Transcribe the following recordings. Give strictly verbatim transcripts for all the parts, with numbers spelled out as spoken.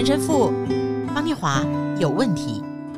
陈神父，方念华有问题。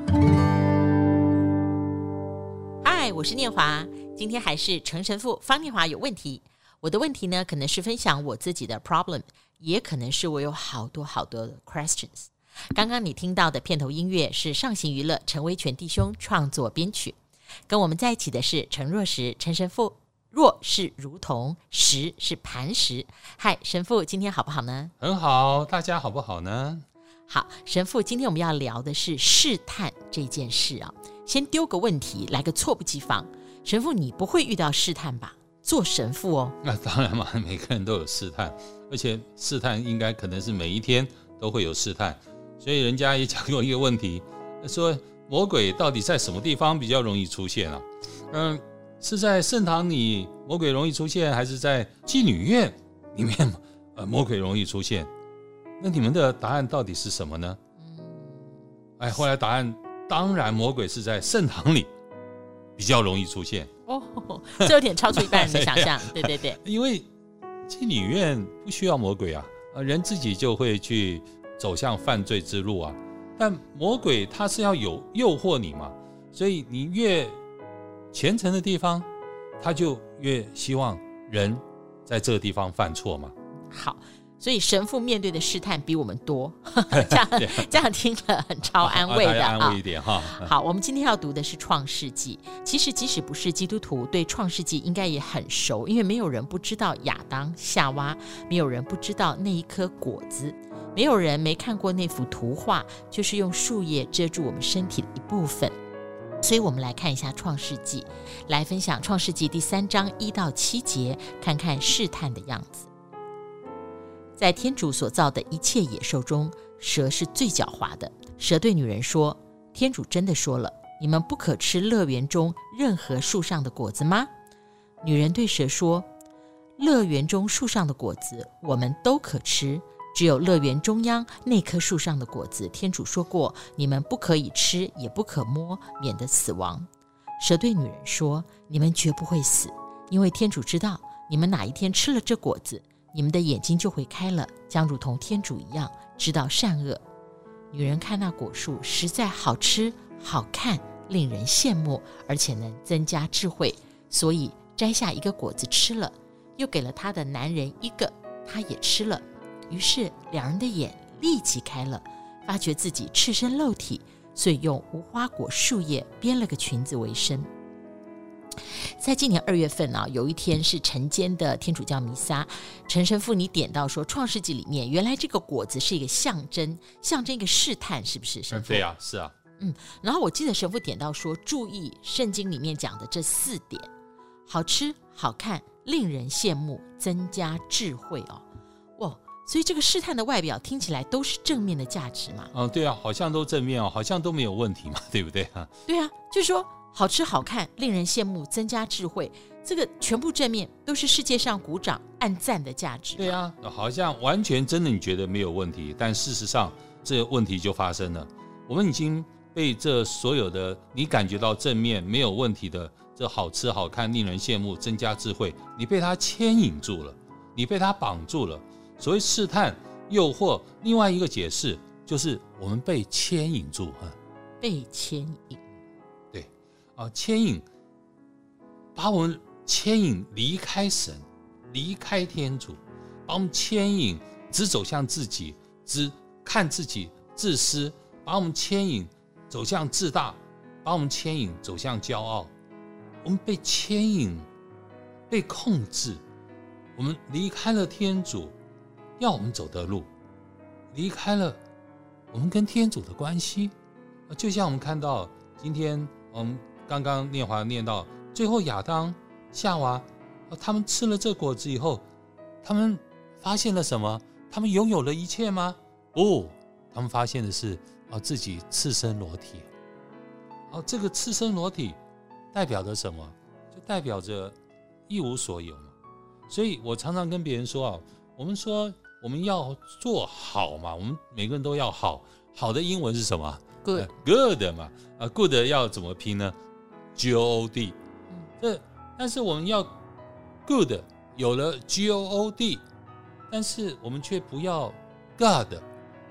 嗨，我是念华，今天还是陈神父方念华有问题。我的问题呢，可能是分享我自己的 problem， 也可能是我有好多好多的 questions。刚刚你听到的片头音乐是上行娱乐陈威全弟兄创作编曲，跟我们在一起的是陈若石陈神父。若是如同，石是磐石。嗨，神父，今天好不好呢？ 很好，大家好不好呢？ 好，神父，今天我们要聊的是试探这件事啊。先丢个问题，来个猝不及防。神父，你不会遇到试探吧？做神父哦。 那当然嘛，每个人都有试探，而且试探应该可能是每一天都会有试探。所以人家也讲过一个问题，说魔鬼到底在什么地方比较容易出现啊？嗯。是在圣堂里魔鬼容易出现，还是在妓女院里面、呃、魔鬼容易出现？那你们的答案到底是什么呢？哎，后来答案当然魔鬼是在圣堂里比较容易出现。 哦，这有点超出一般人的想象。对对对， 因为妓女院不需要魔鬼啊，人自己就会去走向犯罪之路啊。但魔鬼他是要有诱惑你嘛，所以你越虔诚的地方，他就越希望人在这个地方犯错嘛。 好，所以神父面对的试探比我们多，这样这样听了很超安慰的啊。 安慰一点哈。 好，我们今天要读的是创世纪。其实即使不是基督徒，对创世纪应该也很熟，因为没有人不知道亚当夏娃，没有人不知道那一颗果子，没有人没看过那幅图画，就是用树叶遮住我们身体的一部分。所以我们来看一下创世纪，来分享创世纪第三章一到七节，看看试探的样子。在天主所造的一切野兽中，蛇是最狡猾的。蛇对女人说，天主真的说了，你们不可吃乐园中任何树上的果子吗？女人对蛇说，乐园中树上的果子我们都可吃，只有乐园中央那棵树上的果子，天主说过，你们不可以吃，也不可摸，免得死亡。蛇对女人说，你们绝不会死，因为天主知道，你们哪一天吃了这果子，你们的眼睛就会开了，将如同天主一样，知道善恶。女人看那果树实在好吃好看，令人羡慕，而且能增加智慧，所以摘下一个果子吃了，又给了她的男人一个，他也吃了。于是两人的眼立即开了，发觉自己赤身露体，所以用无花果树叶编了个裙子为身。在今年二月份啊，有一天是晨间的天主教弥撒，陈神父你点到说创世纪里面原来这个果子是一个象征，象征一个试探，是不是神父？ 对啊，是啊。 嗯，然后我记得神父点到说，注意圣经里面讲的这四点：好吃、好看、令人羡慕、增加智慧哦。哇，所以这个试探的外表听起来都是正面的价值嘛？ 嗯，对啊，好像都正面哦，好像都没有问题嘛，对不对啊？ 对啊，就是说好吃好看令人羡慕增加智慧，这个全部正面都是世界上鼓掌按赞的价值。 对啊，好像完全真的你觉得没有问题，但事实上这个问题就发生了。我们已经被这所有的你感觉到正面没有问题的这好吃好看令人羡慕增加智慧，你被它牵引住了，你被它绑住了。所谓试探诱惑，另外一个解释就是我们被牵引住。 被牵引， 对啊，牵引把我们牵引离开神，离开天主，把我们牵引只走向自己，只看自己，自私，把我们牵引走向自大，把我们牵引走向骄傲。我们被牵引，被控制，我们离开了天主要我们走的路，离开了我们跟天主的关系。就像我们看到今天我们刚刚念华念到最后亚当夏娃他们吃了这果子以后，他们发现了什么？他们拥有了一切吗？不，他们发现的是自己赤身裸体。这个赤身裸体代表着什么？就代表着一无所有嘛。所以我常常跟别人说啊，我们说我们要做好嘛，我们每个人都要好。好的英文是什么？ Good、 呃、Good 嘛、呃、Good 要怎么拼呢？ G O O D、嗯、这但是我们要 Good 有了 G O O D， 但是我们却不要 God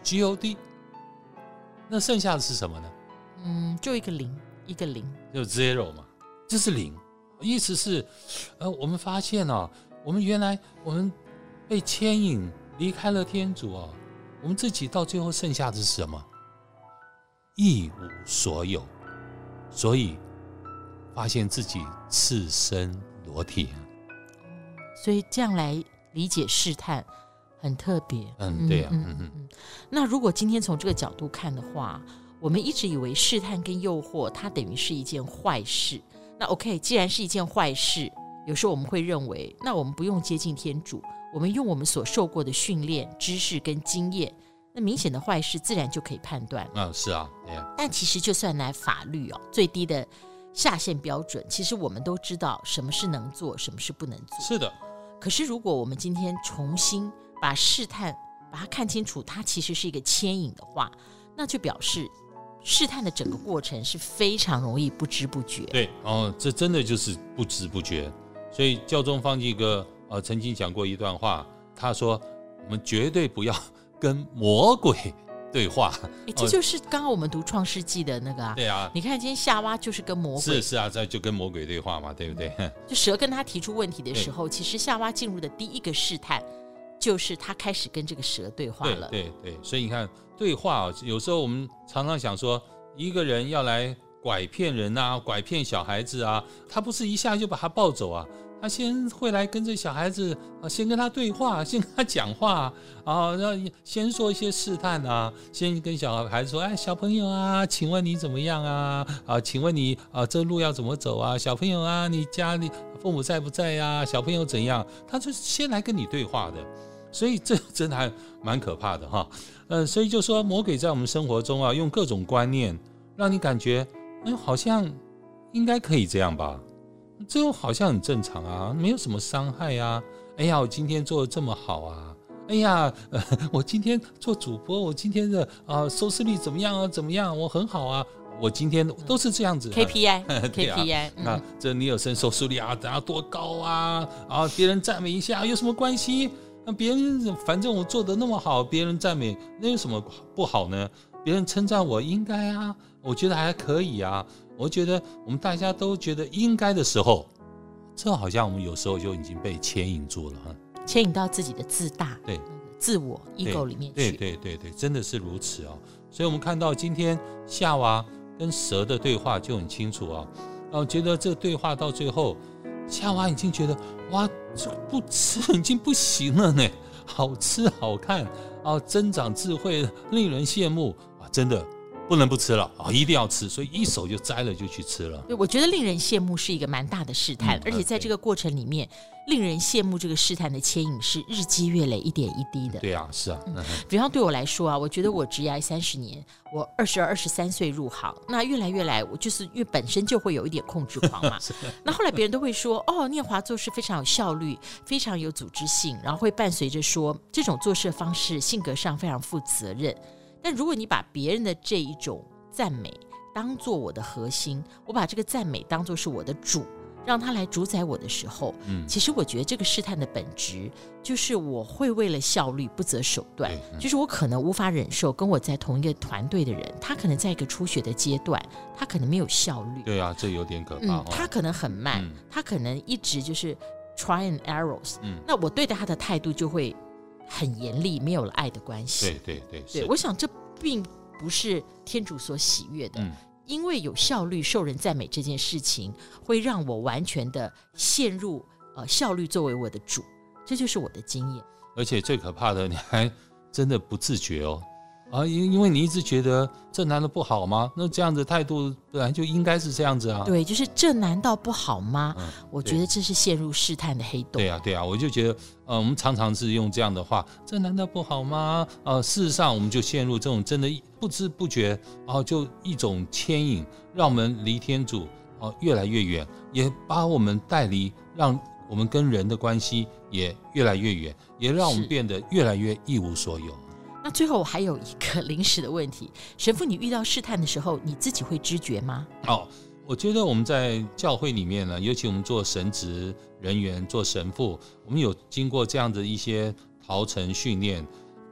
G O D， 那剩下的是什么呢？ 嗯，就一个零，一个零， 就 zero 嘛，这是零。意思是，呃，我们发现啊，我们原来我们被牵引离开了天主啊，我们自己到最后剩下的是什么？一无所有。所以发现自己赤身裸体。 所以这样来理解试探很特别。 嗯，对呀、啊。嗯嗯嗯。那如果今天从这个角度看的话，我们一直以为试探跟诱惑它等于是一件坏事。那 OK， 既然是一件坏事，有时候我们会认为，那我们不用接近天主，我们用我们所受过的训练、知识跟经验，那明显的坏事自然就可以判断。 啊，是啊，对啊。 但其实就算来法律哦，最低的下限标准，其实我们都知道什么是能做，什么是不能做。 是的。 可是如果我们今天重新把试探把它看清楚，它其实是一个牵引的话，那就表示试探的整个过程是非常容易不知不觉。 对哦，这真的就是不知不觉。所以教宗方济各呃曾经讲过一段话，他说我们绝对不要跟魔鬼对话。 这就是刚刚我们读创世纪的那个啊。 对啊， 你看今天夏娃就是跟魔鬼， 是是啊，这就跟魔鬼对话嘛，对不对？ 就蛇跟他提出问题的时候，其实夏娃进入的第一个试探就是他开始跟这个蛇对话了。 对对对，所以你看对话，有时候我们常常想说，一个人要来拐骗人啊，拐骗小孩子啊，他不是一下就把他抱走啊，他先会来跟这小孩子，先跟他对话，先跟他讲话啊，先说一些试探啊，先跟小孩子说，哎，小朋友啊，请问你怎么样啊？啊，请问你啊，这路要怎么走啊？小朋友啊，你家里父母在不在呀、啊？小朋友怎样？他就先来跟你对话的。所以这真的还蛮可怕的哈，呃，所以就说魔鬼在我们生活中啊，用各种观念让你感觉，哎，好像应该可以这样吧，这好像很正常啊，没有什么伤害啊。哎呀，我今天做得这么好啊，哎呀，呃、我今天做主播，我今天的啊、呃、收视率怎么样啊？怎么样？我很好啊。我今天都是这样子 K P I 啊 K P I、嗯、 那这尼尔森收视率啊，等下多高啊？啊，别人赞美一下有什么关系？那别人反正我做得那么好，别人赞美那有什么不好呢？别人称赞我应该啊，我觉得还可以啊。我觉得我们大家都觉得应该的时候，这好像我们有时候就已经被牵引住了， 牵引到自己的自大、 对自我 ego 里面去。 对对对对，真的是如此哦。所以我们看到今天夏娃跟蛇的对话就很清楚啊。然后觉得这对话到最后，夏娃已经觉得哇，这不吃已经不行了呢，好吃好看啊，增长智慧，令人羡慕啊，真的不能不吃了啊，一定要吃，所以一手就摘了就去吃了。 对，我觉得令人羡慕是一个蛮大的试探、嗯、而且在这个过程里面，令人羡慕这个试探的牵引是日积月累，一点一滴的。 对啊，是啊。 嗯、比方对我来说啊，我觉得我职业三十年，我二十二、二十三岁入行，那越来越来，我就是因为本身就会有一点控制狂嘛。那后来别人都会说，哦，念华做事非常有效率，非常有组织性，然后会伴随着说这种做事的方式，性格上非常负责任。但如果你把别人的这一种赞美当作我的核心，我把这个赞美当作是我的主，让他来主宰我的时候、嗯、其实我觉得这个试探的本质就是我会为了效率不择手段、嗯、就是我可能无法忍受跟我在同一个团队的人，他可能在一个初学的阶段，他可能没有效率。 对啊，这有点可怕、 嗯、他可能很慢、嗯、他可能一直就是 try and errors、嗯、那我对待他的态度就会很严厉，没有了爱的关系。 对对对对，我想这并不是天主所喜悦的、嗯、因为有效率受人赞美这件事情会让我完全的陷入、呃、效率作为我的主，这就是我的经验。 而且最可怕的，你还真的不自觉哦啊，因为你一直觉得这难道不好吗？那这样子态度本来就应该是这样子啊。 对，就是这难道不好吗、嗯、我觉得这是陷入试探的黑洞。 对啊对啊，我就觉得呃，我们常常是用这样的话，这难道不好吗？呃，事实上我们就陷入这种真的不知不觉啊、呃，就一种牵引，让我们离天主啊、呃、越来越远，也把我们带离，让我们跟人的关系也越来越远，也让我们变得越来越一无所有。 那最后我还有一个临时的问题，神父，你遇到试探的时候，你自己会知觉吗？ 哦，我觉得我们在教会里面呢，尤其我们做神职人员、做神父，我们有经过这样的一些陶成训练，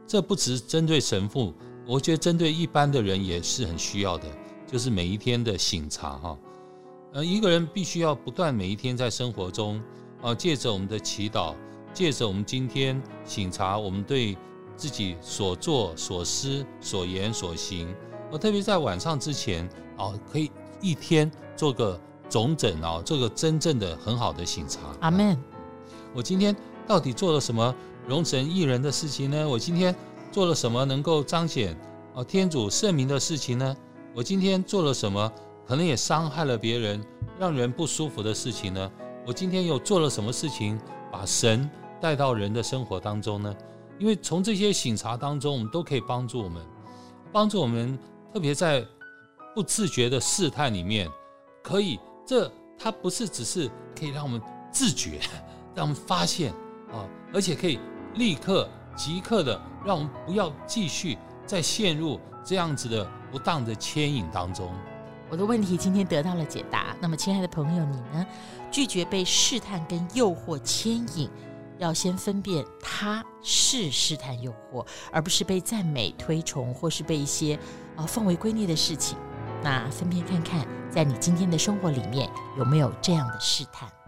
这不只针对神父，我觉得针对一般的人也是很需要的，就是每一天的省察哈。呃，一个人必须要不断每一天在生活中，啊，借着我们的祈祷，借着我们今天省察我们对自己所做所思所言所行，我特别在晚上之前啊，可以一天做个总整啊，做个真正的很好的省察。 阿们。 我今天到底做了什么荣神益人的事情呢？我今天做了什么能够彰显啊天主圣名的事情呢？我今天做了什么可能也伤害了别人，让人不舒服的事情呢？我今天又做了什么事情把神带到人的生活当中呢？因为从这些省察当中，我们都可以帮助我们，帮助我们，特别在不自觉的试探里面，可以，这它不是只是可以让我们自觉，让我们发现啊，而且可以立刻、即刻的让我们不要继续再陷入这样子的不当的牵引当中。 我的问题今天得到了解答。那么，亲爱的朋友，你呢？拒绝被试探跟诱惑牵引，要先分辨它是试探诱惑，而不是被赞美推崇，或是被一些呃奉为圭臬的事情。那分辨看看，在你今天的生活里面有没有这样的试探？